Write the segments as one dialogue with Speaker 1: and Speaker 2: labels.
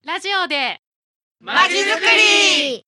Speaker 1: ラジオで
Speaker 2: まちづくり。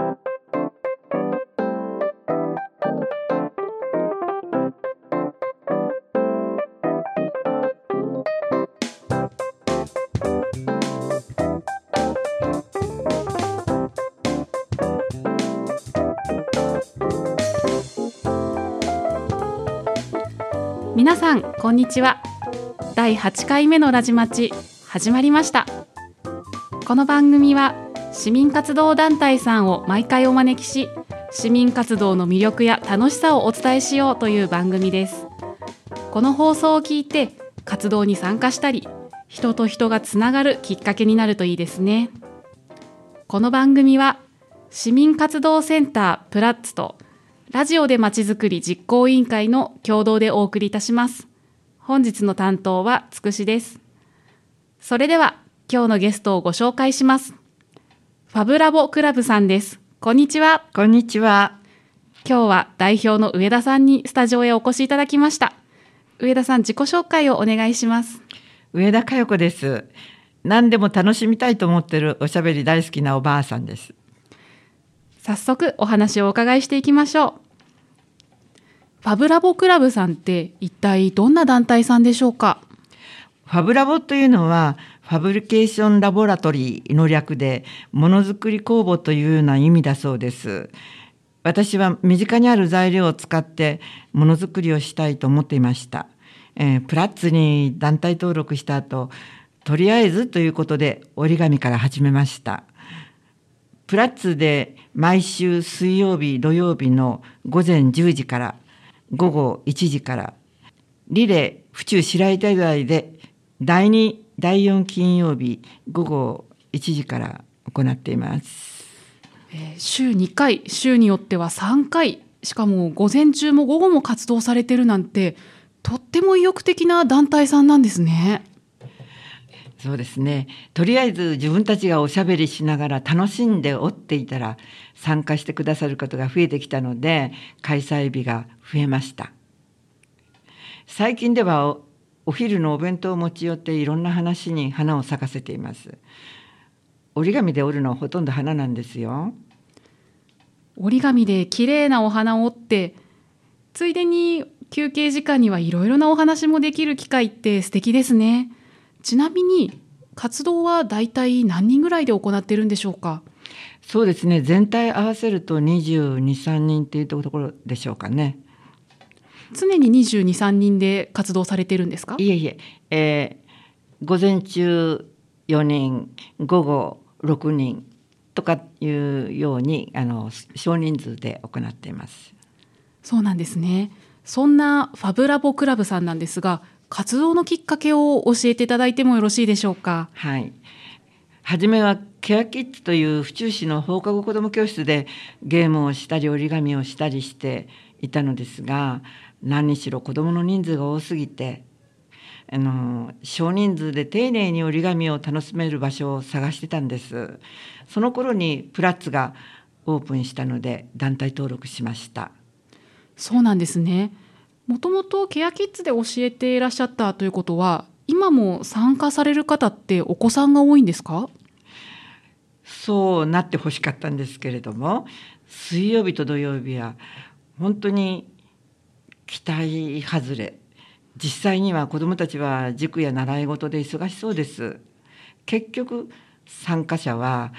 Speaker 1: 皆さんこんにちは。第8回目のラジマチ始まりました。この番組は市民活動団体さんを毎回お招きし、市民活動の魅力や楽しさをお伝えしようという番組です。この放送を聞いて活動に参加したり、人と人がつながるきっかけになるといいですね。この番組は市民活動センタープラッツとラジオでまちづくり実行委員会の共同でお送りいたします。本日の担当はつくしです。それでは今日のゲストをご紹介します。ファブラボクラブさんです。こんにちは。
Speaker 2: こんにちは。
Speaker 1: 今日は代表の上田さんにスタジオへお越しいただきました。上田さん、自己紹介をお願いします。
Speaker 2: 上田佳代子です。何でも楽しみたいと思っているおしゃべり大好きなおばあさんです。
Speaker 1: 早速お話をお伺いしていきましょう。ファブラボクラブさんって一体どんな団体さんでしょうか？
Speaker 2: ファブラボというのはファブリケーションラボラトリーの略でものづくり工房というような意味だそうです。私は身近にある材料を使ってものづくりをしたいと思っていました。プラッツに団体登録した後、とりあえずということで折り紙から始めました。プラッツで毎週水曜日土曜日の午前10時から午後1時から、リレー府中白板台で第2第4金曜日午後1時から行っています。
Speaker 1: 週2回、週によっては3回、しかも午前中も午後も活動されてるなんて、とっても意欲的な団体さんなんですね。
Speaker 2: そうですね。とりあえず自分たちがおしゃべりしながら楽しんでおっていたら参加してくださる方が増えてきたので、開催日が増えました。最近ではお昼のお弁当を持ち寄っていろんな話に花を咲かせています。折り紙で折るのはほとんど花なんですよ。
Speaker 1: 折り紙で綺麗なお花を折って、ついでに休憩時間にはいろいろなお話もできる機会って素敵ですね。ちなみに活動はだいたい何人ぐらいで行っているんでしょうか？
Speaker 2: そうですね。全体合わせると22、3人っていうところでしょうかね。
Speaker 1: 常に22、3人で活動されているんですか？
Speaker 2: いえいえ、午前中4人、午後6人とかいうように少人数で行っています。
Speaker 1: そうなんですね。そんなファブラボクラブさんなんですが、活動のきっかけを教えていただいてもよろしいでしょうか？
Speaker 2: はい。はじめはケアキッズという府中市の放課後子ども教室でゲームをしたり折り紙をしたりしていたのですが、何にしろ子どもの人数が多すぎて、少人数で丁寧に折り紙を楽しめる場所を探してたんです。その頃にプラッツがオープンしたので団体登録しました。
Speaker 1: そうなんですね。もともとケアキッズで教えていらっしゃったということは、今も参加される方ってお子さんが多いんですか？
Speaker 2: そうなってほしかったんですけれども、水曜日と土曜日は本当に期待外れ。実際には子どもたちは塾や習い事で忙しそうです。結局参加者は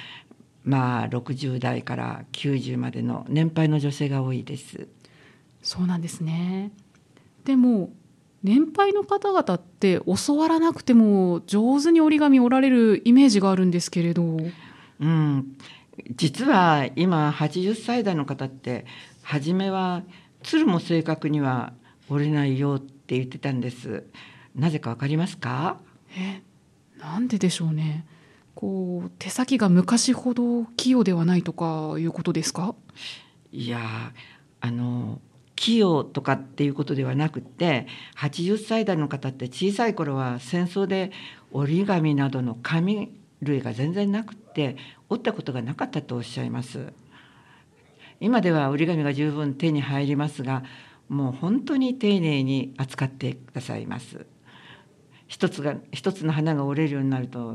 Speaker 2: 60代から90までの年配の女性が多いです。
Speaker 1: そうなんですね。でも年配の方々って教わらなくても上手に折り紙折られるイメージがあるんですけれど。
Speaker 2: 実は今80歳代の方って初めは鶴も正確には折れないよって言ってたんです。なぜかわかりますか？
Speaker 1: なんででしょうね。手先が昔ほど器用ではないとかいうことですか？
Speaker 2: いや、器用とかっていうことではなくて、80歳代の方って小さい頃は戦争で折り紙などの紙類が全然なくって折ったことがなかったとおっしゃいます。今では折り紙が十分手に入りますが、もう本当に丁寧に扱ってくださいます。一つの花が折れるようになると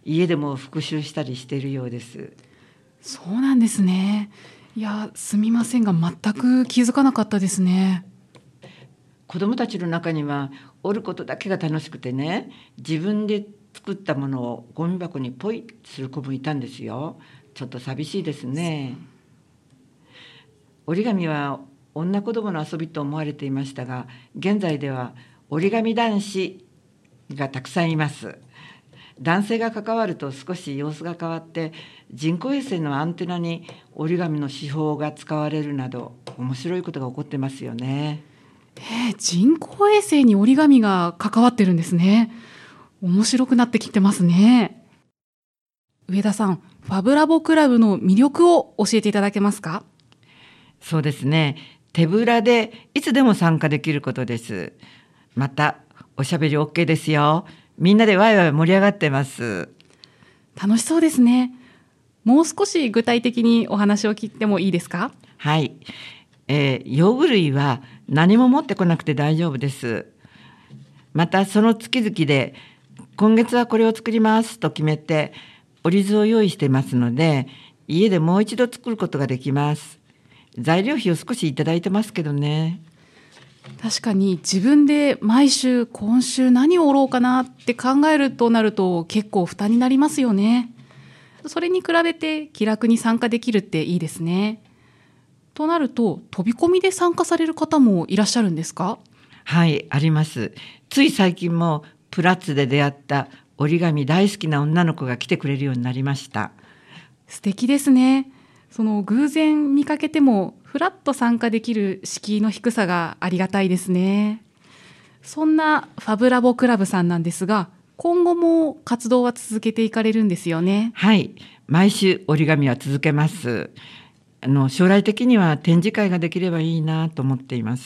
Speaker 2: 家でも復習したりしているようです。
Speaker 1: そうなんですね。いや、すみませんが全く気づかなかったですね。
Speaker 2: 子どもたちの中には折ることだけが楽しくてね、自分で作ったものをゴミ箱にポイする子もいたんですよ。ちょっと寂しいですね。折り紙は女子供の遊びと思われていましたが、現在では折り紙男子がたくさんいます。男性が関わると少し様子が変わって、人工衛星のアンテナに折り紙の手法が使われるなど面白いことが起こってますよね。
Speaker 1: 人工衛星に折り紙が関わってるんですね。面白くなってきてますね。上田さん、ファブラボクラブの魅力を教えていただけますか？
Speaker 2: そうですね。手ぶらでいつでも参加できることです。またおしゃべり OK ですよ。みんなでワイワイ盛り上がってます。
Speaker 1: 楽しそうですね。もう少し具体的にお話を聞いてもいいですか？
Speaker 2: はい、用具類は何も持ってこなくて大丈夫です。またその月々で今月はこれを作りますと決めて折り図を用意していますので、家でもう一度作ることができます。材料費を少しいただいてますけどね。
Speaker 1: 確かに自分で毎週今週何を折ろうかなって考えるとなると結構負担になりますよね。それに比べて気楽に参加できるっていいですね。となると飛び込みで参加される方もいらっしゃるんですか？
Speaker 2: はい、あります。つい最近もプラッツで出会った折り紙大好きな女の子が来てくれるようになりました。
Speaker 1: 素敵ですね。その偶然見かけてもフラッと参加できる敷居の低さがありがたいですね。そんなファブラボクラブさんなんですが、今後も活動は続けていかれるんですよね。
Speaker 2: はい、毎週折り紙は続けます。将来的には展示会ができればいいなと思っています。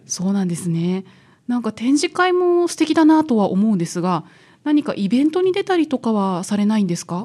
Speaker 1: そうなんですね。なんか展示会も素敵だなとは思うんですが、何かイベントに出たりとかはされないんですか？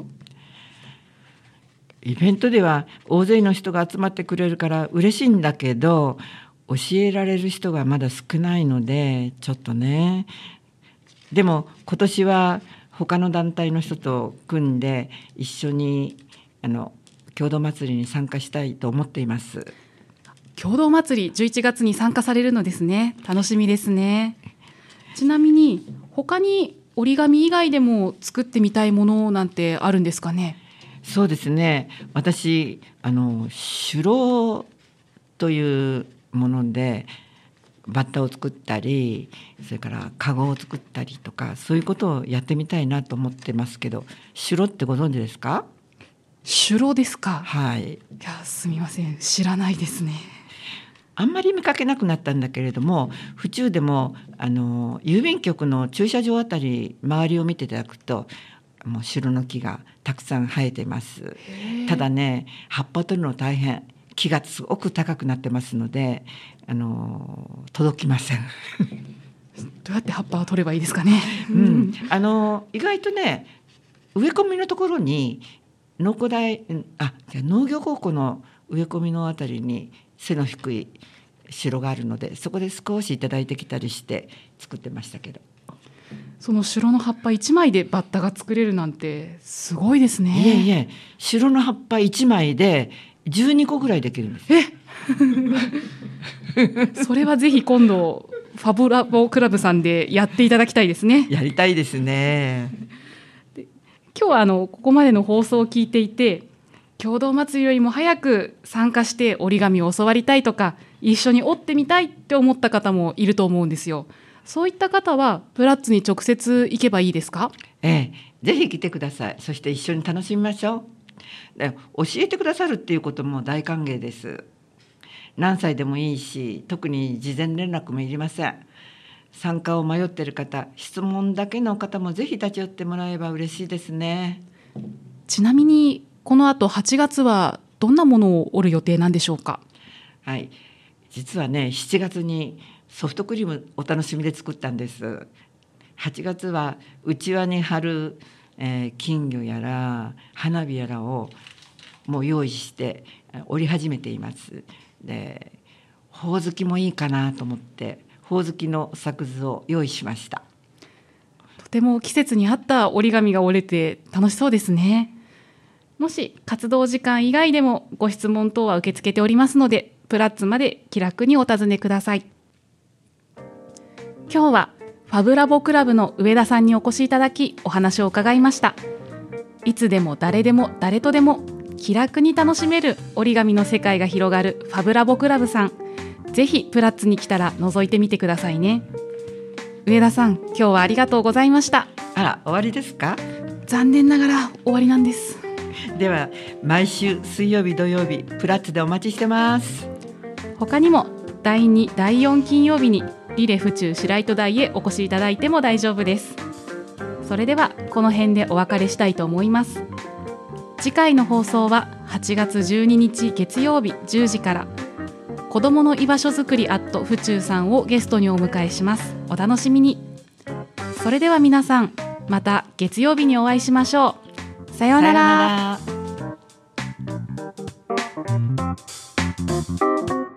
Speaker 2: イベントでは大勢の人が集まってくれるから嬉しいんだけど、教えられる人がまだ少ないのでちょっとね。でも今年は他の団体の人と組んで一緒に共同祭りに参加したいと思っています。
Speaker 1: 共同祭り11月に参加されるのですね。楽しみですね。ちなみに他に折り紙以外でも作ってみたいものなんてあるんですかね？
Speaker 2: そうですね。私シュロというものでバッタを作ったり、それからカゴを作ったりとか、そういうことをやってみたいなと思ってますけど、シュロってご存知ですか？
Speaker 1: シュロですか？
Speaker 2: はい。
Speaker 1: いや、すみません、知らないですね。
Speaker 2: あんまり見かけなくなったんだけれども、府中でも郵便局の駐車場あたり周りを見ていただくと、もうシュロの木がたくさん生えてます。ただね、葉っぱを取るの大変。木がすごく高くなってますので、届きません。
Speaker 1: どうやって葉っぱを取ればいいですかね？
Speaker 2: 意外とね、植え込みのところに農業高校の植え込みのあたりに背の低い城があるので、そこで少しいただいてきたりして作ってましたけど。
Speaker 1: そのシュロの葉っぱ1枚でバッタが作れるなんてすごいですね。
Speaker 2: いえいえ、城の葉っぱ1枚で12個ぐらいできるんです。
Speaker 1: それはぜひ今度ファブラボクラブさんでやっていただきたいですね。
Speaker 2: やりたいですね。
Speaker 1: 今日はここまでの放送を聞いていて、共同祭りよりも早く参加して折り紙を教わりたいとか、一緒に折ってみたいって思った方もいると思うんですよ。そういった方はプラッツに直接行けばいいですか？
Speaker 2: ぜひ来てください。そして一緒に楽しみましょう。で、教えてくださるっていうことも大歓迎です。何歳でもいいし、特に事前連絡もいりません。参加を迷っている方、質問だけの方もぜひ立ち寄ってもらえば嬉しいですね。
Speaker 1: ちなみにこの後8月はどんなものを折る予定なんでしょうか？
Speaker 2: はい、実はね、7月にソフトクリームお楽しみで作ったんです。8月はうちわに貼る、金魚やら花火やらをもう用意して折り始めています。で、ほおずきもいいかなと思ってほおずきの作図を用意しました。
Speaker 1: ととても季節に合った折り紙が折れて楽しそうですね。もし活動時間以外でもご質問等は受け付けておりますので、プラッツまで気楽にお尋ねください。今日はファブラボクラブの上田さんにお越しいただき、お話を伺いました。いつでも誰でも誰とでも気楽に楽しめる折り紙の世界が広がるファブラボクラブさん、ぜひプラッツに来たら覗いてみてくださいね。上田さん、今日はありがとうございました。
Speaker 2: あら、終わりですか？
Speaker 1: 残念ながら終わりなんです。
Speaker 2: では毎週水曜日土曜日プラッツでお待ちしてます。
Speaker 1: 他にも第2第4金曜日にリレ府中白糸台へお越しいただいても大丈夫です。それではこの辺でお別れしたいと思います。次回の放送は8月12日月曜日10時から、子どもの居場所づくり府中さんをゲストにお迎えします。お楽しみに。それでは皆さん、また月曜日にお会いしましょう。さようなら。
Speaker 2: さようなら。